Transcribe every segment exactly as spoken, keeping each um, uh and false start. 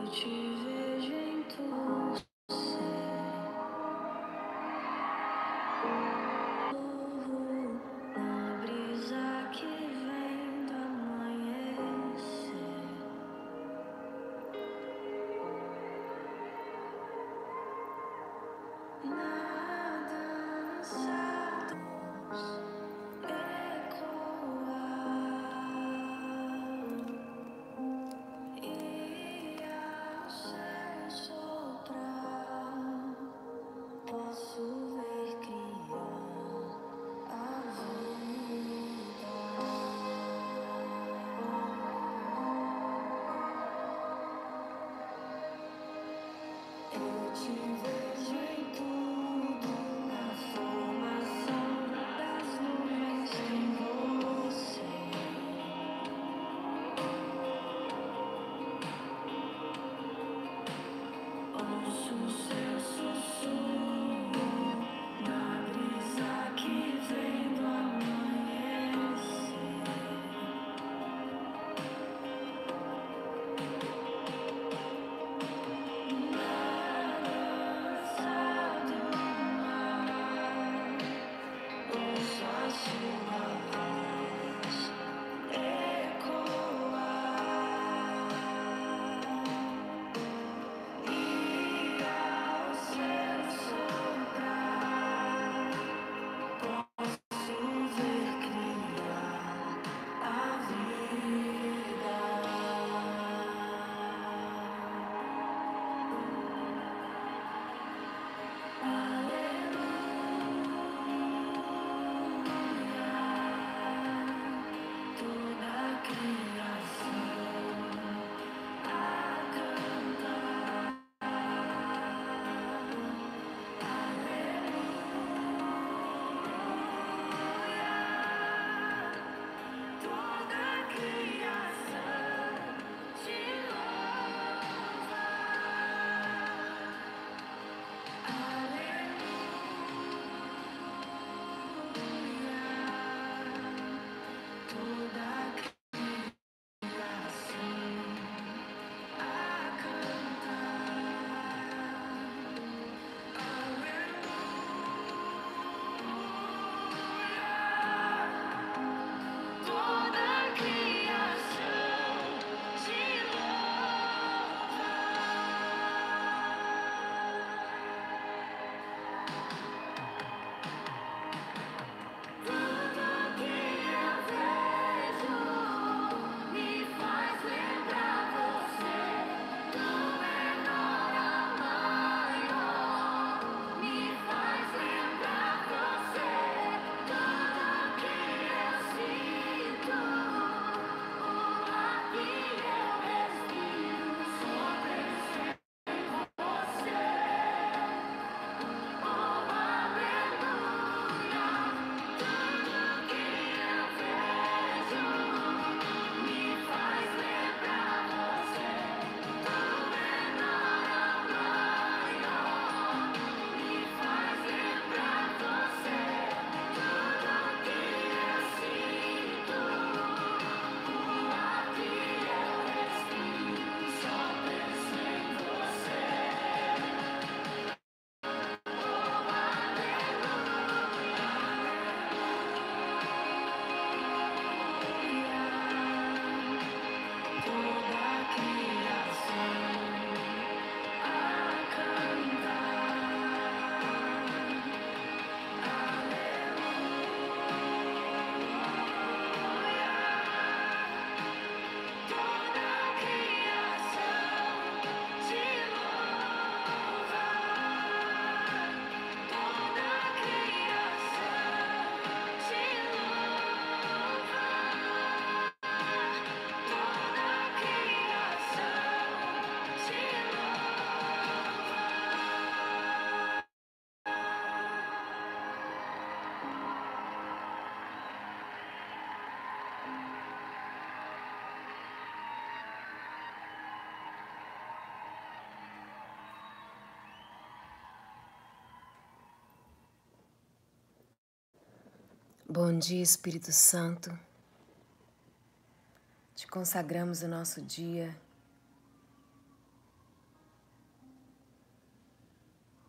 Bom dia, Espírito Santo. Te consagramos o nosso dia.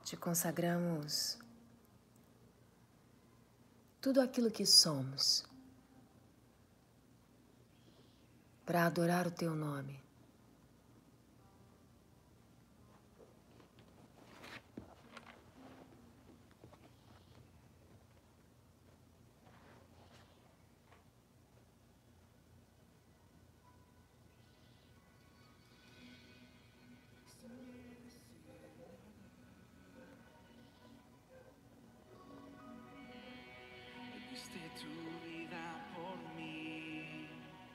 te consagramos tudo aquilo que somos para adorar o teu nome. Tu vida por mí.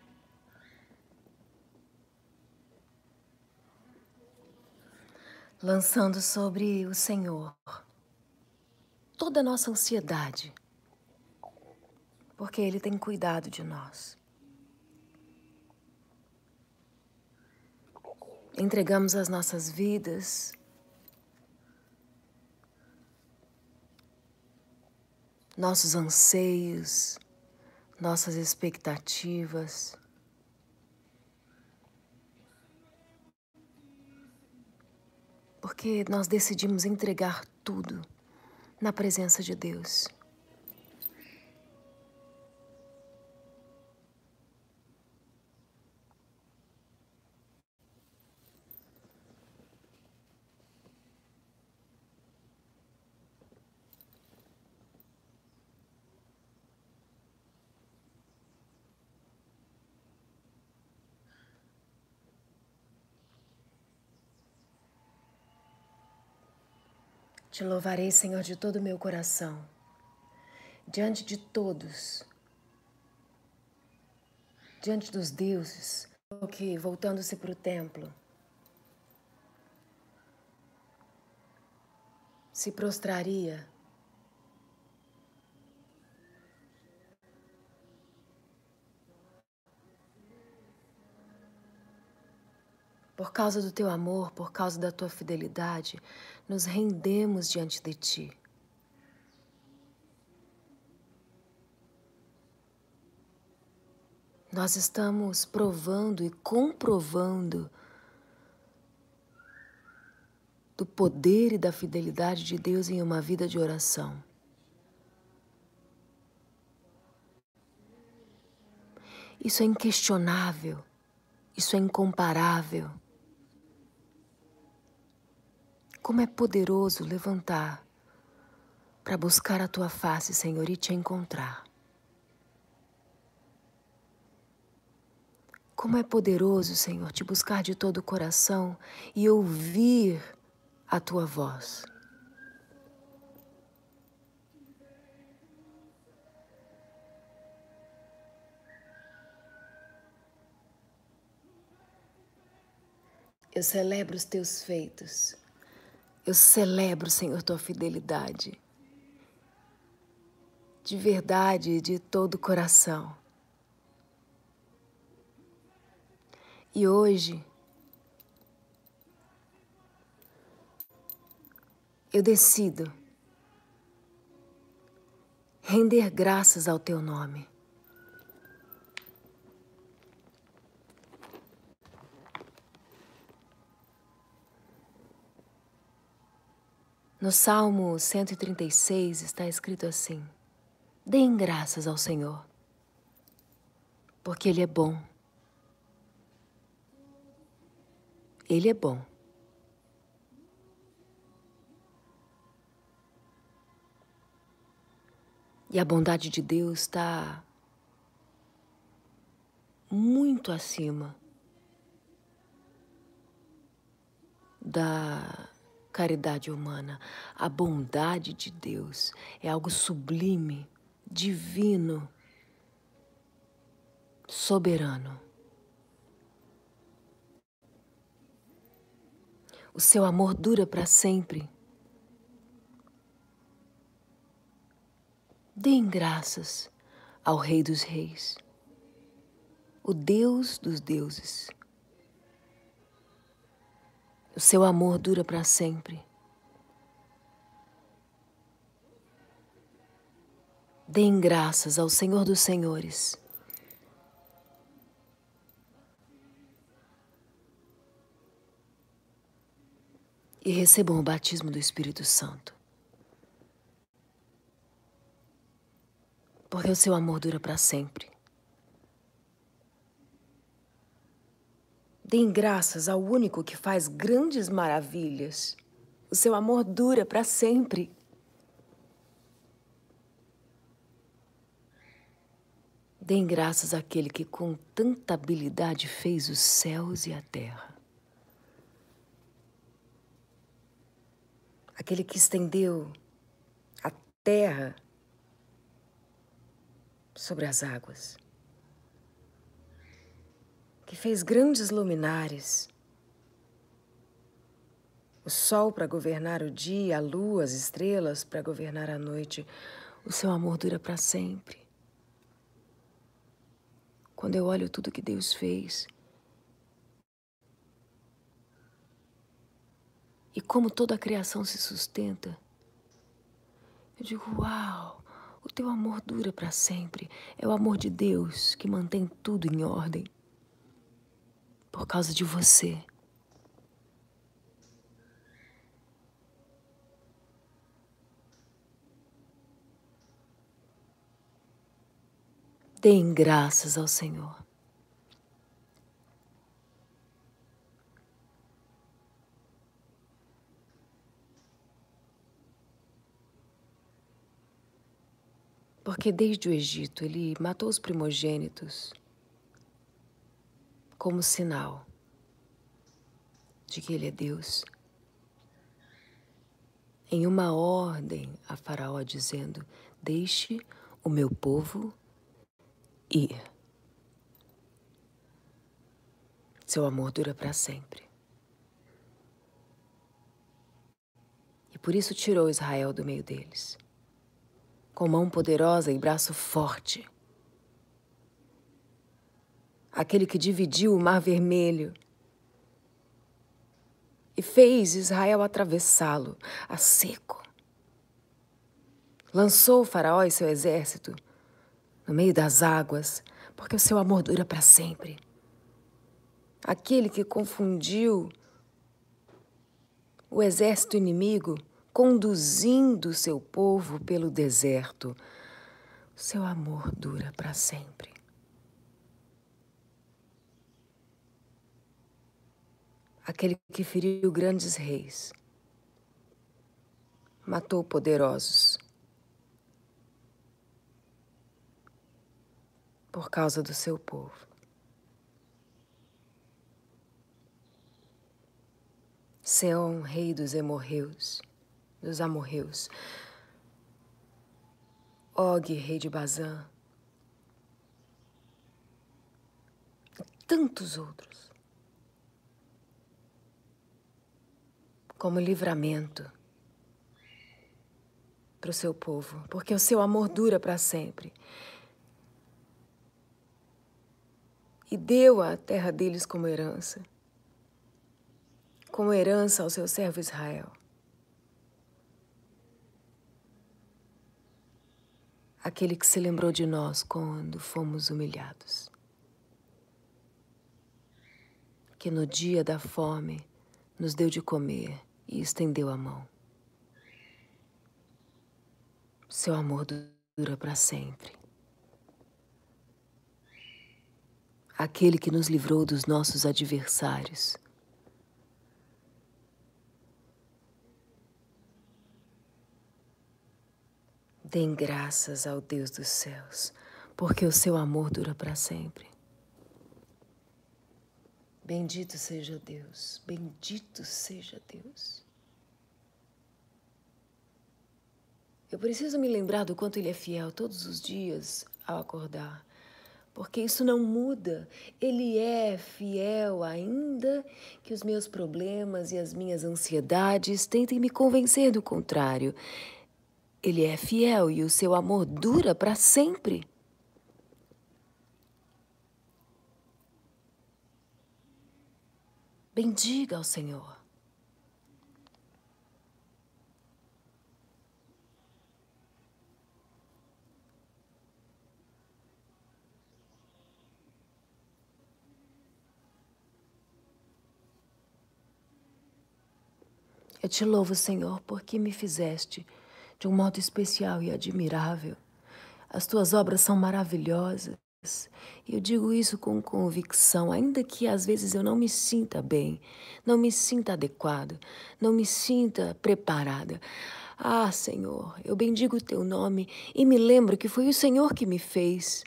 Lançando sobre o Senhor toda a nossa ansiedade, porque Ele tem cuidado de nós. Entregamos as nossas vidas, nossos anseios, nossas expectativas. Porque nós decidimos entregar tudo na presença de Deus. Te louvarei, Senhor, de todo o meu coração, diante de todos, diante dos deuses, que, voltando-se para o templo, se prostraria por causa do teu amor, por causa da tua fidelidade, nos rendemos diante de ti. Nós estamos provando e comprovando do poder e da fidelidade de Deus em uma vida de oração. Isso é inquestionável, isso é incomparável. Como é poderoso levantar para buscar a tua face, Senhor, e te encontrar. Como é poderoso, Senhor, te buscar de todo o coração e ouvir a tua voz. Eu celebro os teus feitos. Eu celebro, Senhor, tua fidelidade. De verdade e de todo o coração. E hoje, eu decido render graças ao teu nome. No Salmo cento e trinta e seis está escrito assim: deem graças ao Senhor, porque Ele é bom. Ele é bom. E a bondade de Deus está muito acima da caridade humana. A bondade de Deus é algo sublime, divino, soberano. O seu amor dura para sempre. Deem graças ao Rei dos Reis, o Deus dos deuses. O seu amor dura para sempre. Deem graças ao Senhor dos Senhores. e recebam o batismo do Espírito Santo. Porque o seu amor dura para sempre. Deem graças ao único que faz grandes maravilhas. O seu amor dura para sempre. Deem graças àquele que com tanta habilidade fez os céus e a terra. Aquele que estendeu a terra sobre as águas. Que fez grandes luminares. O sol para governar o dia, a lua, as estrelas para governar a noite. O seu amor dura para sempre. Quando eu olho tudo que Deus fez e como toda a criação se sustenta, eu digo, uau, o teu amor dura para sempre. É o amor de Deus que mantém tudo em ordem. Por causa de você. Deem graças ao Senhor. Porque desde o Egito ele matou os primogênitos como sinal de que ele é Deus. Em uma ordem a Faraó dizendo, deixe o meu povo ir. Seu amor dura para sempre. E por isso tirou Israel do meio deles, com mão poderosa e braço forte. Aquele que dividiu o Mar Vermelho e fez Israel atravessá-lo a seco. Lançou o Faraó e seu exército no meio das águas, porque o seu amor dura para sempre. Aquele que confundiu o exército inimigo, conduzindo o seu povo pelo deserto. O seu amor dura para sempre. Aquele que feriu grandes reis, matou poderosos por causa do seu povo. Seom, rei dos Emorreus, dos Amorreus. Og, rei de Bazã. E tantos outros. Como livramento para o seu povo, porque o seu amor dura para sempre. E deu a terra deles como herança, como herança ao seu servo Israel. Aquele que se lembrou de nós quando fomos humilhados. Que no dia da fome nos deu de comer e estendeu a mão. Seu amor dura para sempre. Aquele que nos livrou dos nossos adversários. Deem graças ao Deus dos céus, porque o seu amor dura para sempre. Bendito seja Deus, bendito seja Deus. Eu preciso me lembrar do quanto Ele é fiel todos os dias ao acordar, porque isso não muda. Ele é fiel ainda que os meus problemas e as minhas ansiedades tentem me convencer do contrário. Ele é fiel e o seu amor dura para sempre. Bendiga ao Senhor. Eu te louvo, Senhor, porque me fizeste de um modo especial e admirável. As tuas obras são maravilhosas. E eu digo isso com convicção, ainda que às vezes eu não me sinta bem, não me sinta adequada, não me sinta preparada. Ah, Senhor, eu bendigo o teu nome e me lembro que foi o Senhor que me fez.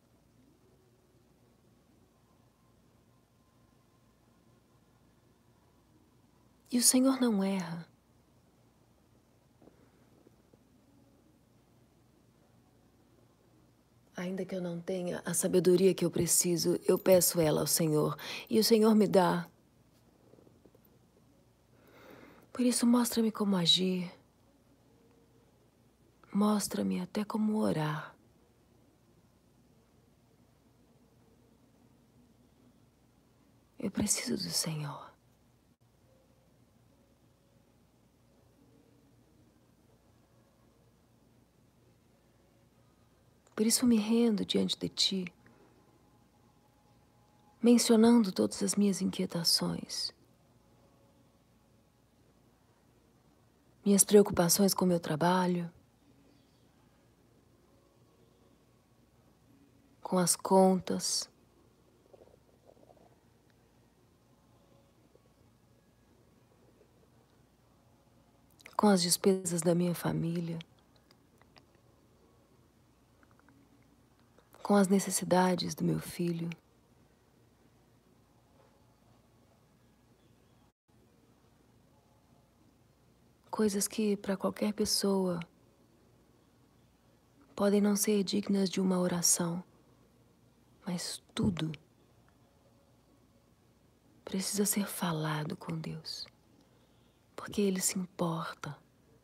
E o Senhor não erra. Ainda que eu não tenha a sabedoria que eu preciso, eu peço ela ao Senhor e o Senhor me dá. Por isso, mostra-me como agir. Mostra-me até como orar. Eu preciso do Senhor. Por isso me rendo diante de ti, mencionando todas as minhas inquietações, minhas preocupações com meu trabalho, com as contas, com as despesas da minha família, com as necessidades do meu filho. Coisas que, para qualquer pessoa, podem não ser dignas de uma oração, mas tudo precisa ser falado com Deus, porque Ele se importa.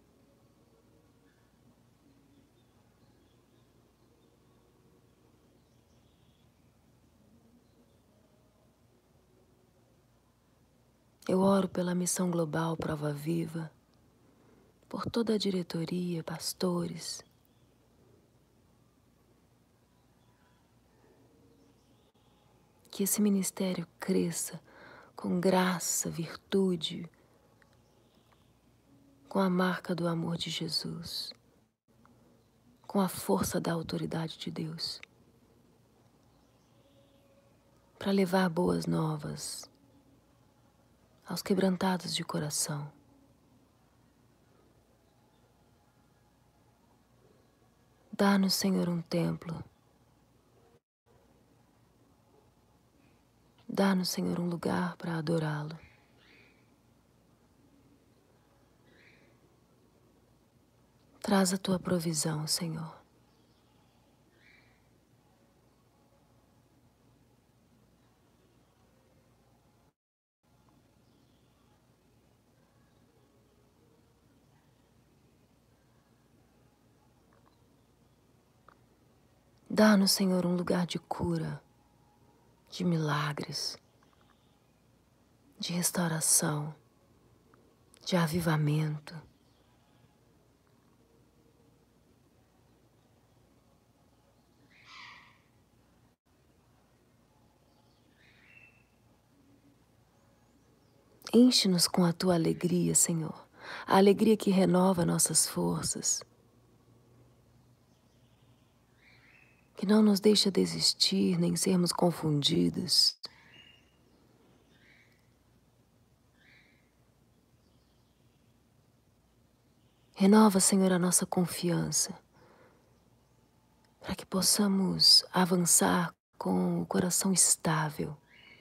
Eu oro pela Missão Global Prova Viva, por toda a diretoria, pastores, que esse ministério cresça com graça, virtude, com a marca do amor de Jesus, com a força da autoridade de Deus, para levar boas novas aos quebrantados de coração. Dá-nos, Senhor, um templo. Dá-nos, Senhor, um lugar para adorá-lo. Traz a tua provisão, Senhor. Dá-nos, Senhor, um lugar de cura, de milagres, de restauração, de avivamento. Enche-nos com a tua alegria, Senhor, a alegria que renova nossas forças, que não nos deixa desistir nem sermos confundidos. Renova, Senhor, a nossa confiança, para que possamos avançar com o coração estável.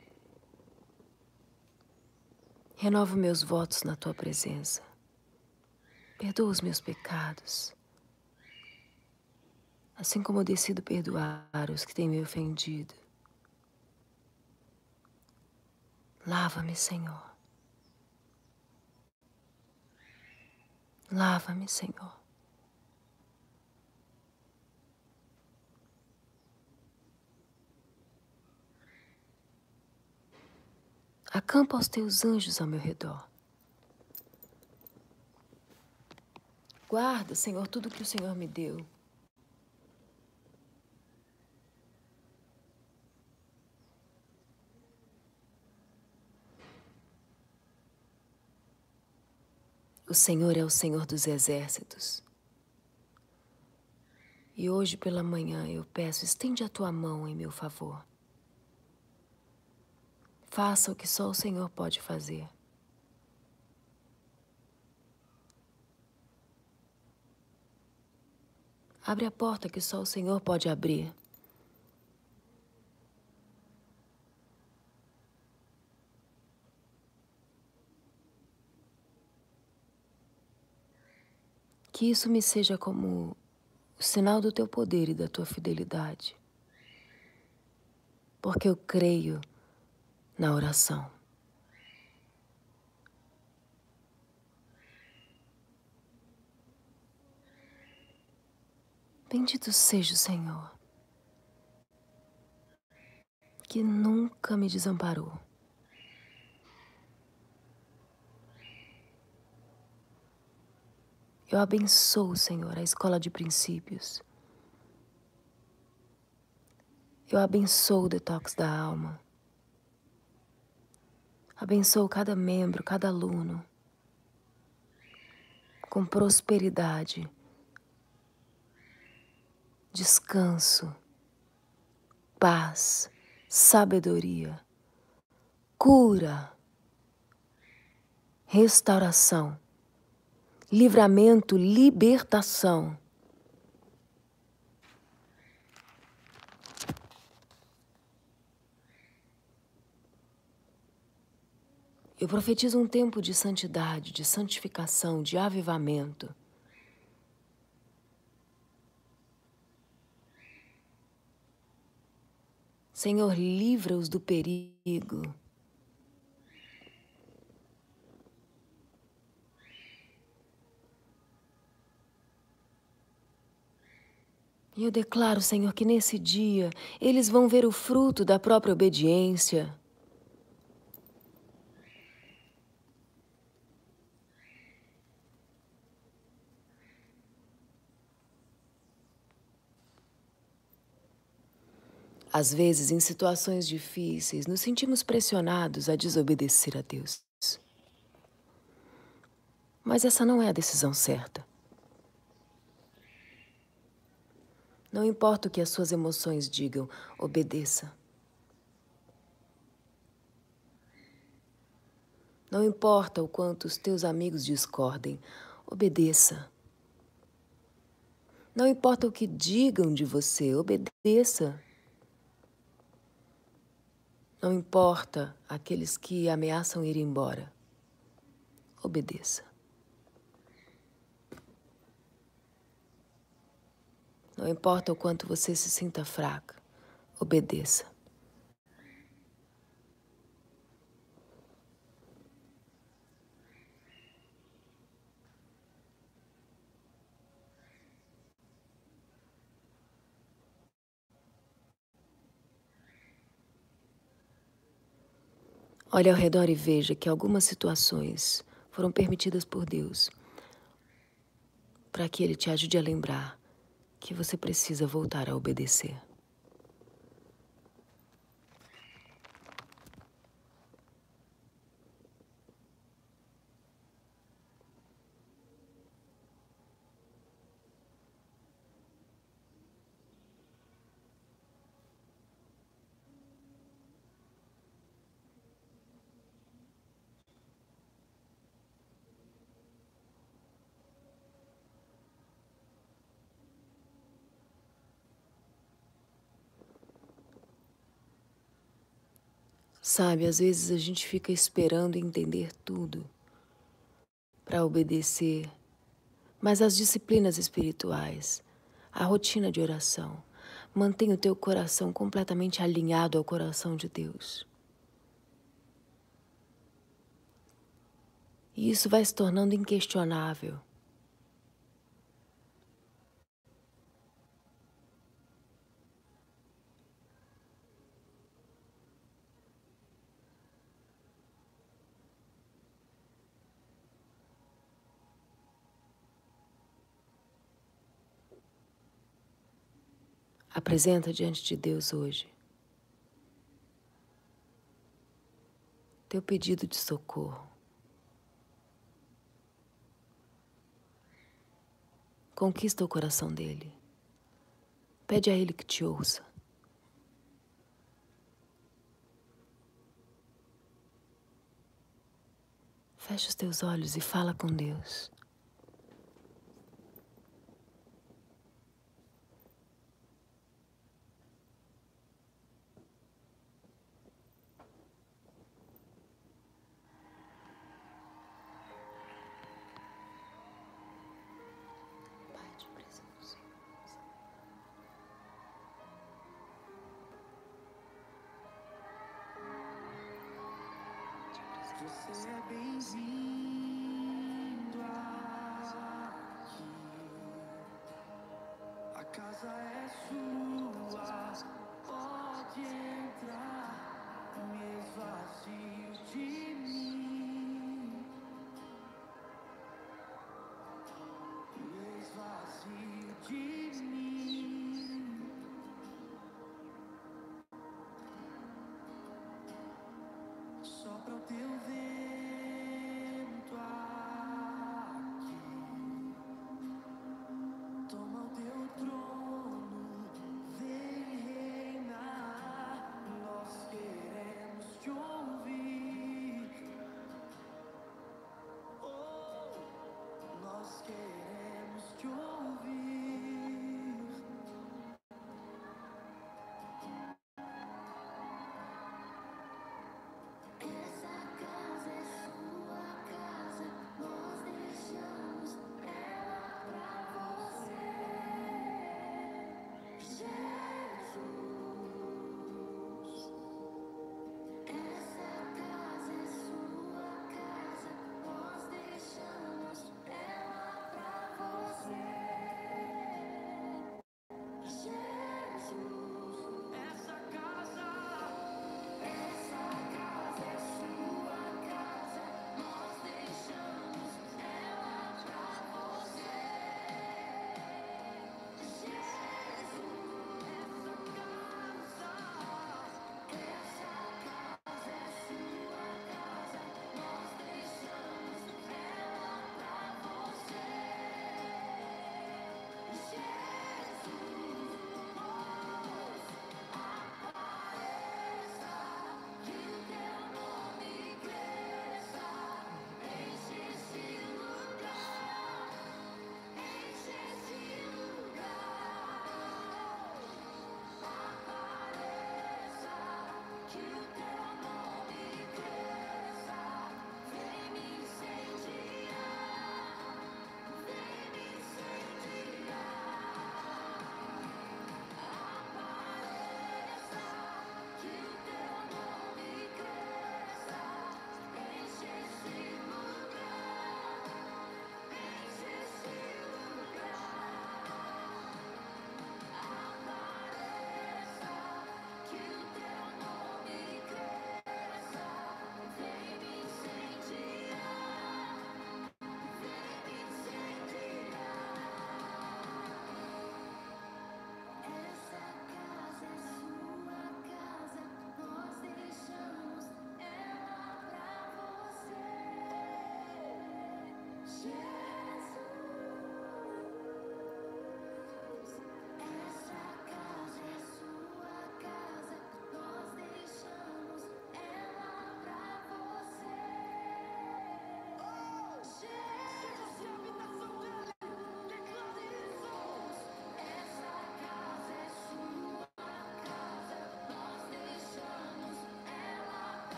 Renova meus votos na tua presença. Perdoa os meus pecados, assim como eu decido perdoar os que têm me ofendido. Lava-me, Senhor. Lava-me, Senhor. Acampa os teus anjos ao meu redor. Guarda, Senhor, tudo que o Senhor me deu. O Senhor é o Senhor dos exércitos. E hoje pela manhã eu peço, estende a tua mão em meu favor. Faça o que só o Senhor pode fazer. Abre a porta que só o Senhor pode abrir. Que isso me seja como o sinal do teu poder e da tua fidelidade. Porque eu creio na oração. Bendito seja o Senhor, que nunca me desamparou. Eu abençoo, Senhor, a escola de princípios. Eu abençoo o detox da alma. Abençoo cada membro, cada aluno, com prosperidade, descanso, paz, sabedoria, cura, restauração, livramento, libertação. Eu profetizo um tempo de santidade, de santificação, de avivamento. Senhor, livra-os do perigo. E eu declaro, Senhor, que nesse dia eles vão ver o fruto da própria obediência. Às vezes, em situações difíceis, nos sentimos pressionados a desobedecer a Deus. Mas essa não é a decisão certa. Não importa o que as suas emoções digam, obedeça. Não importa o quanto os teus amigos discordem, obedeça. Não importa o que digam de você, obedeça. Não importa aqueles que ameaçam ir embora, obedeça. Não importa o quanto você se sinta fraca, obedeça. Olhe ao redor e veja que algumas situações foram permitidas por Deus para que Ele te ajude a lembrar que você precisa voltar a obedecer. Sabe, às vezes a gente fica esperando entender tudo para obedecer, mas as disciplinas espirituais, a rotina de oração, mantém o teu coração completamente alinhado ao coração de Deus. E isso vai se tornando inquestionável. Apresenta diante de Deus hoje teu pedido de socorro. Conquista o coração dele. Pede a ele que te ouça. Fecha os teus olhos e fala com Deus. Pai, te apresento. Você é bem-vindo aqui. A casa é sua, pode entrar. Me esvazio de mim, me esvazio de mim. Sopra o teu vento aqui, toma o teu trono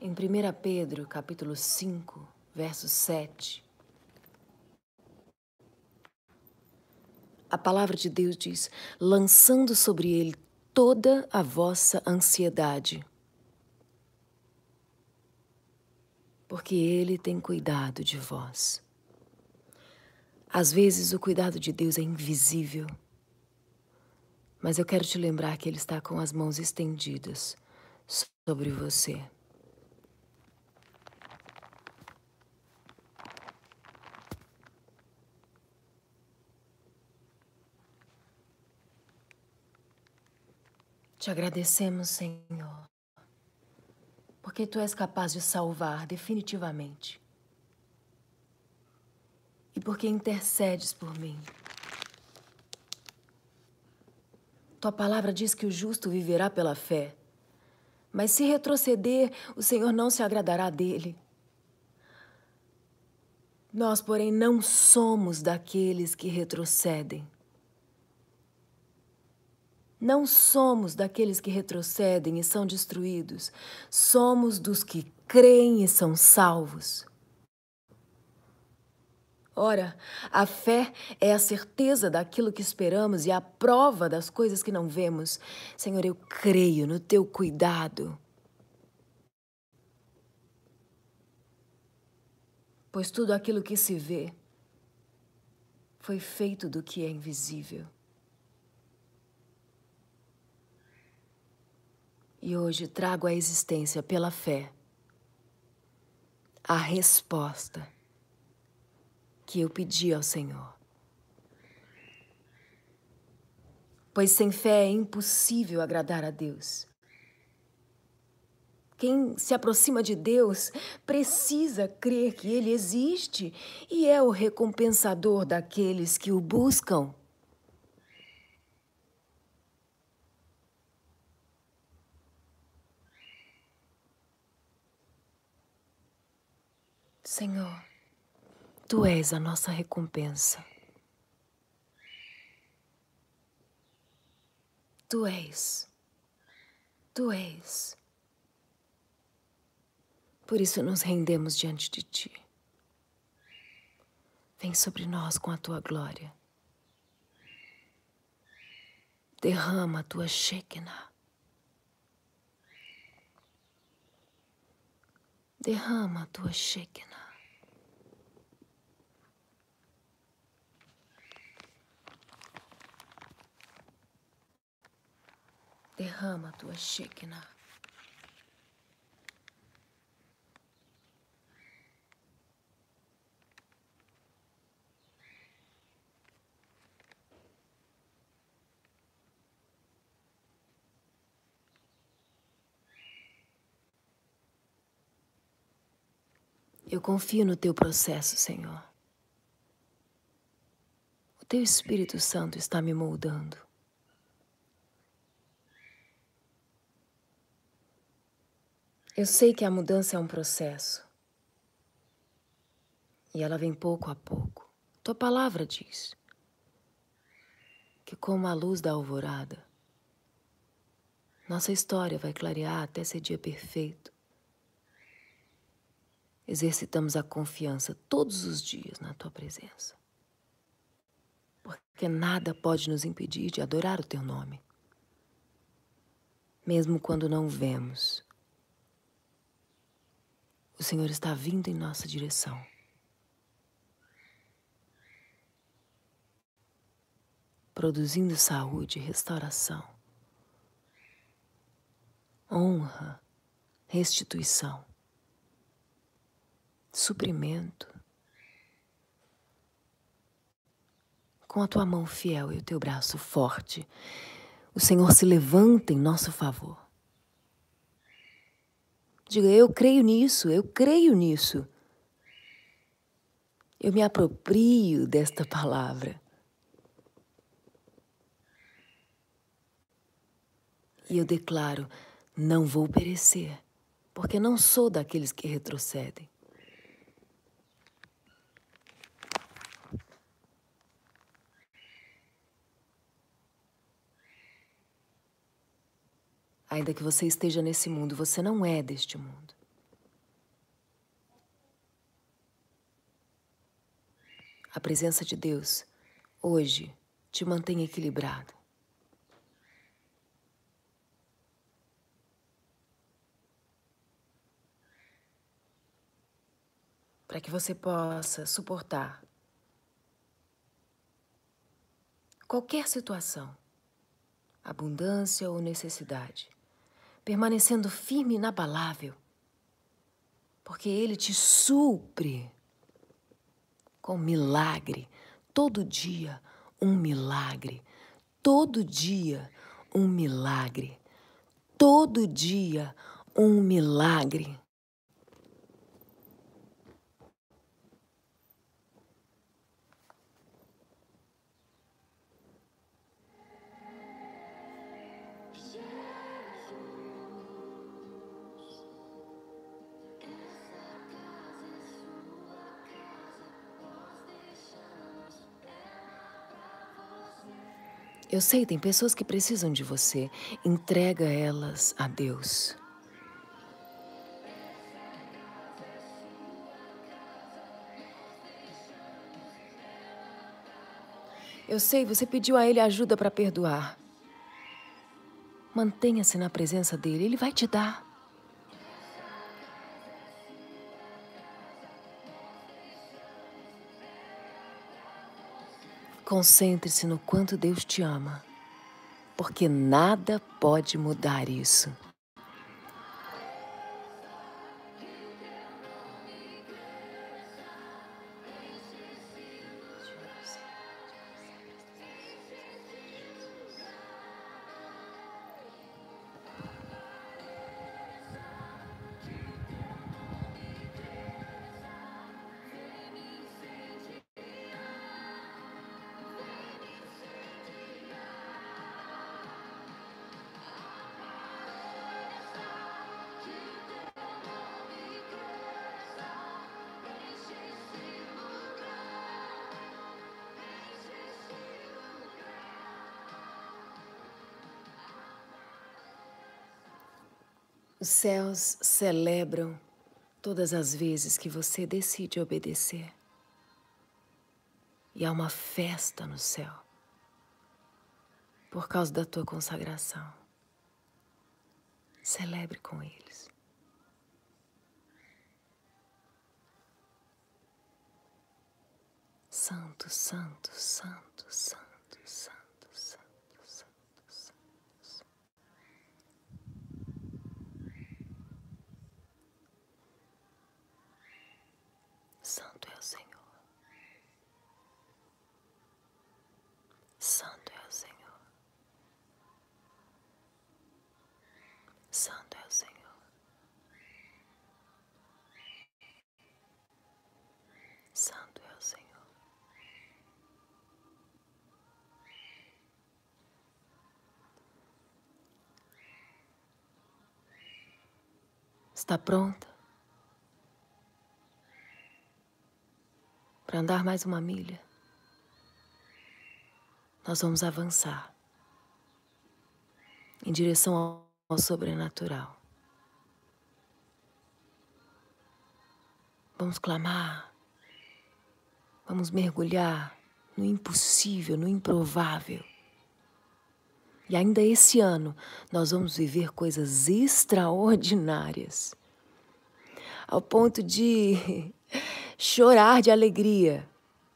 Em primeira Pedro, capítulo cinco, verso sete, a palavra de Deus diz: lançando sobre ele toda a vossa ansiedade, porque ele tem cuidado de vós. Às vezes o cuidado de Deus é invisível, mas eu quero te lembrar que ele está com as mãos estendidas sobre você. Te agradecemos, Senhor, porque Tu és capaz de salvar definitivamente e porque intercedes por mim. Tua palavra diz que o justo viverá pela fé, mas se retroceder, o Senhor não se agradará dele. Nós, porém, não somos daqueles que retrocedem. Não somos daqueles que retrocedem e são destruídos. Somos dos que creem e são salvos. Ora, a fé é a certeza daquilo que esperamos e a prova das coisas que não vemos. Senhor, eu creio no Teu cuidado. Pois tudo aquilo que se vê foi feito do que é invisível. E hoje trago à existência pela fé a resposta que eu pedi ao Senhor. Pois sem fé é impossível agradar a Deus. Quem se aproxima de Deus precisa crer que Ele existe e é o recompensador daqueles que o buscam. Senhor, Tu és a nossa recompensa. Tu és. Tu és. Por isso nos rendemos diante de Ti. Vem sobre nós com a Tua glória. Derrama a Tua Shekinah. Derrama a Tua Shekinah. Derrama a Tua Shekinah. Eu confio no Teu processo, Senhor. O Teu Espírito Santo está me moldando. Eu sei que a mudança é um processo. E ela vem pouco a pouco. Tua palavra diz que como a luz da alvorada, nossa história vai clarear até ser dia perfeito. Exercitamos a confiança todos os dias na Tua presença. Porque nada pode nos impedir de adorar o Teu nome. Mesmo quando não vemos, o Senhor está vindo em nossa direção. Produzindo saúde, restauração, honra, restituição, suprimento. Com a Tua mão fiel e o Teu braço forte, o Senhor se levanta em nosso favor. Diga, eu creio nisso, eu creio nisso. Eu me aproprio desta palavra. E eu declaro, não vou perecer, porque não sou daqueles que retrocedem. Ainda que você esteja nesse mundo, você não é deste mundo. A presença de Deus, hoje, te mantém equilibrado. Para que você possa suportar qualquer situação, abundância ou necessidade, permanecendo firme e inabalável, porque Ele te supre com milagre, todo dia um milagre, todo dia um milagre, todo dia um milagre. Eu sei, tem pessoas que precisam de você. Entrega elas a Deus. Eu sei, você pediu a Ele ajuda para perdoar. Mantenha-se na presença dEle, Ele vai te dar. Concentre-se no quanto Deus te ama, porque nada pode mudar isso. Os céus celebram todas as vezes que você decide obedecer. E há uma festa no céu por causa da tua consagração. Celebre com eles. Santo, santo, santo, santo, santo, santo, santo, santo. Santo é o Senhor. Santo é o Senhor. Santo é o Senhor. Santo é o Senhor. Está pronta para andar mais uma milha? Nós vamos avançar em direção ao, ao sobrenatural. Vamos clamar, vamos mergulhar no impossível, no improvável. E ainda esse ano nós vamos viver coisas extraordinárias, ao ponto de chorar de alegria.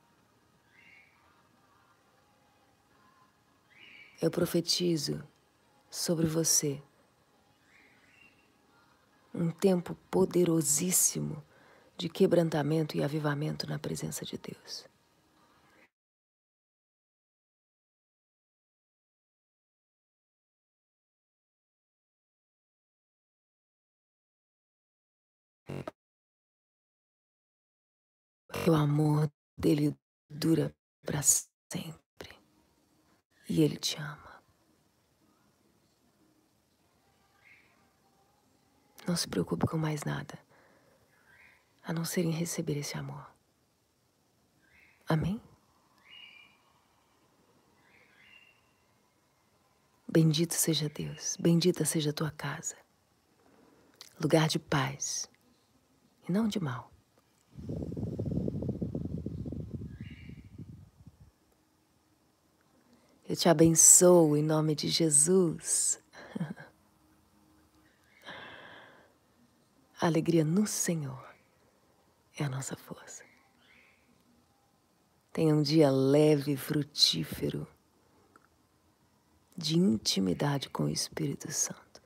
Eu profetizo sobre você um tempo poderosíssimo de quebrantamento e avivamento na presença de Deus. O amor dele dura para sempre. E ele te ama. Não se preocupe com mais nada, a não ser em receber esse amor. Amém? Bendito seja Deus, bendita seja a tua casa, lugar de paz e não de mal. Eu te abençoo em nome de Jesus. A alegria no Senhor é a nossa força. Tenha um dia leve e frutífero de intimidade com o Espírito Santo.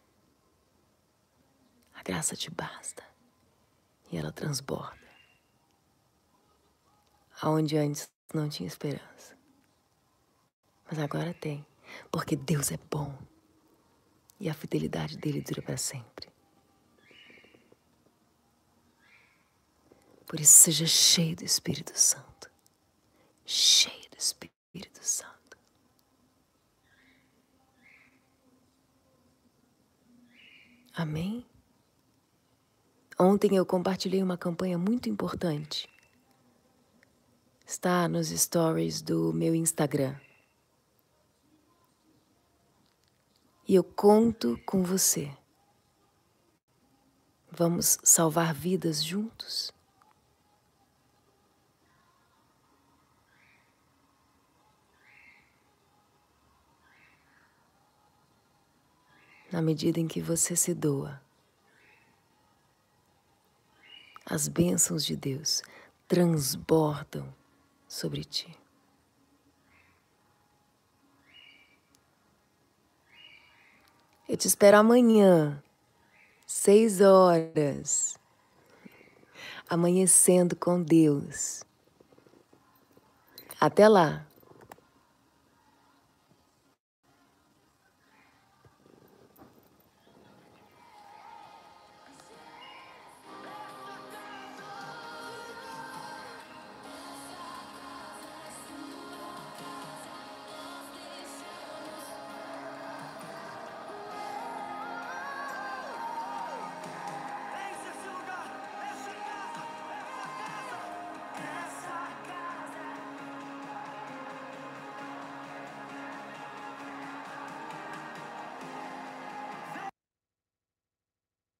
A graça te basta e ela transborda. Aonde antes não tinha esperança. Mas agora tem, porque Deus é bom e a fidelidade dele dura para sempre. Por isso, seja cheio do Espírito Santo. Cheio do Espírito Santo. Amém? Ontem eu compartilhei uma campanha muito importante. Está nos stories do meu Instagram. E eu conto com você. Vamos salvar vidas juntos? Na medida em que você se doa, as bênçãos de Deus transbordam sobre ti. Eu te espero amanhã, seis horas, amanhecendo com Deus. Até lá!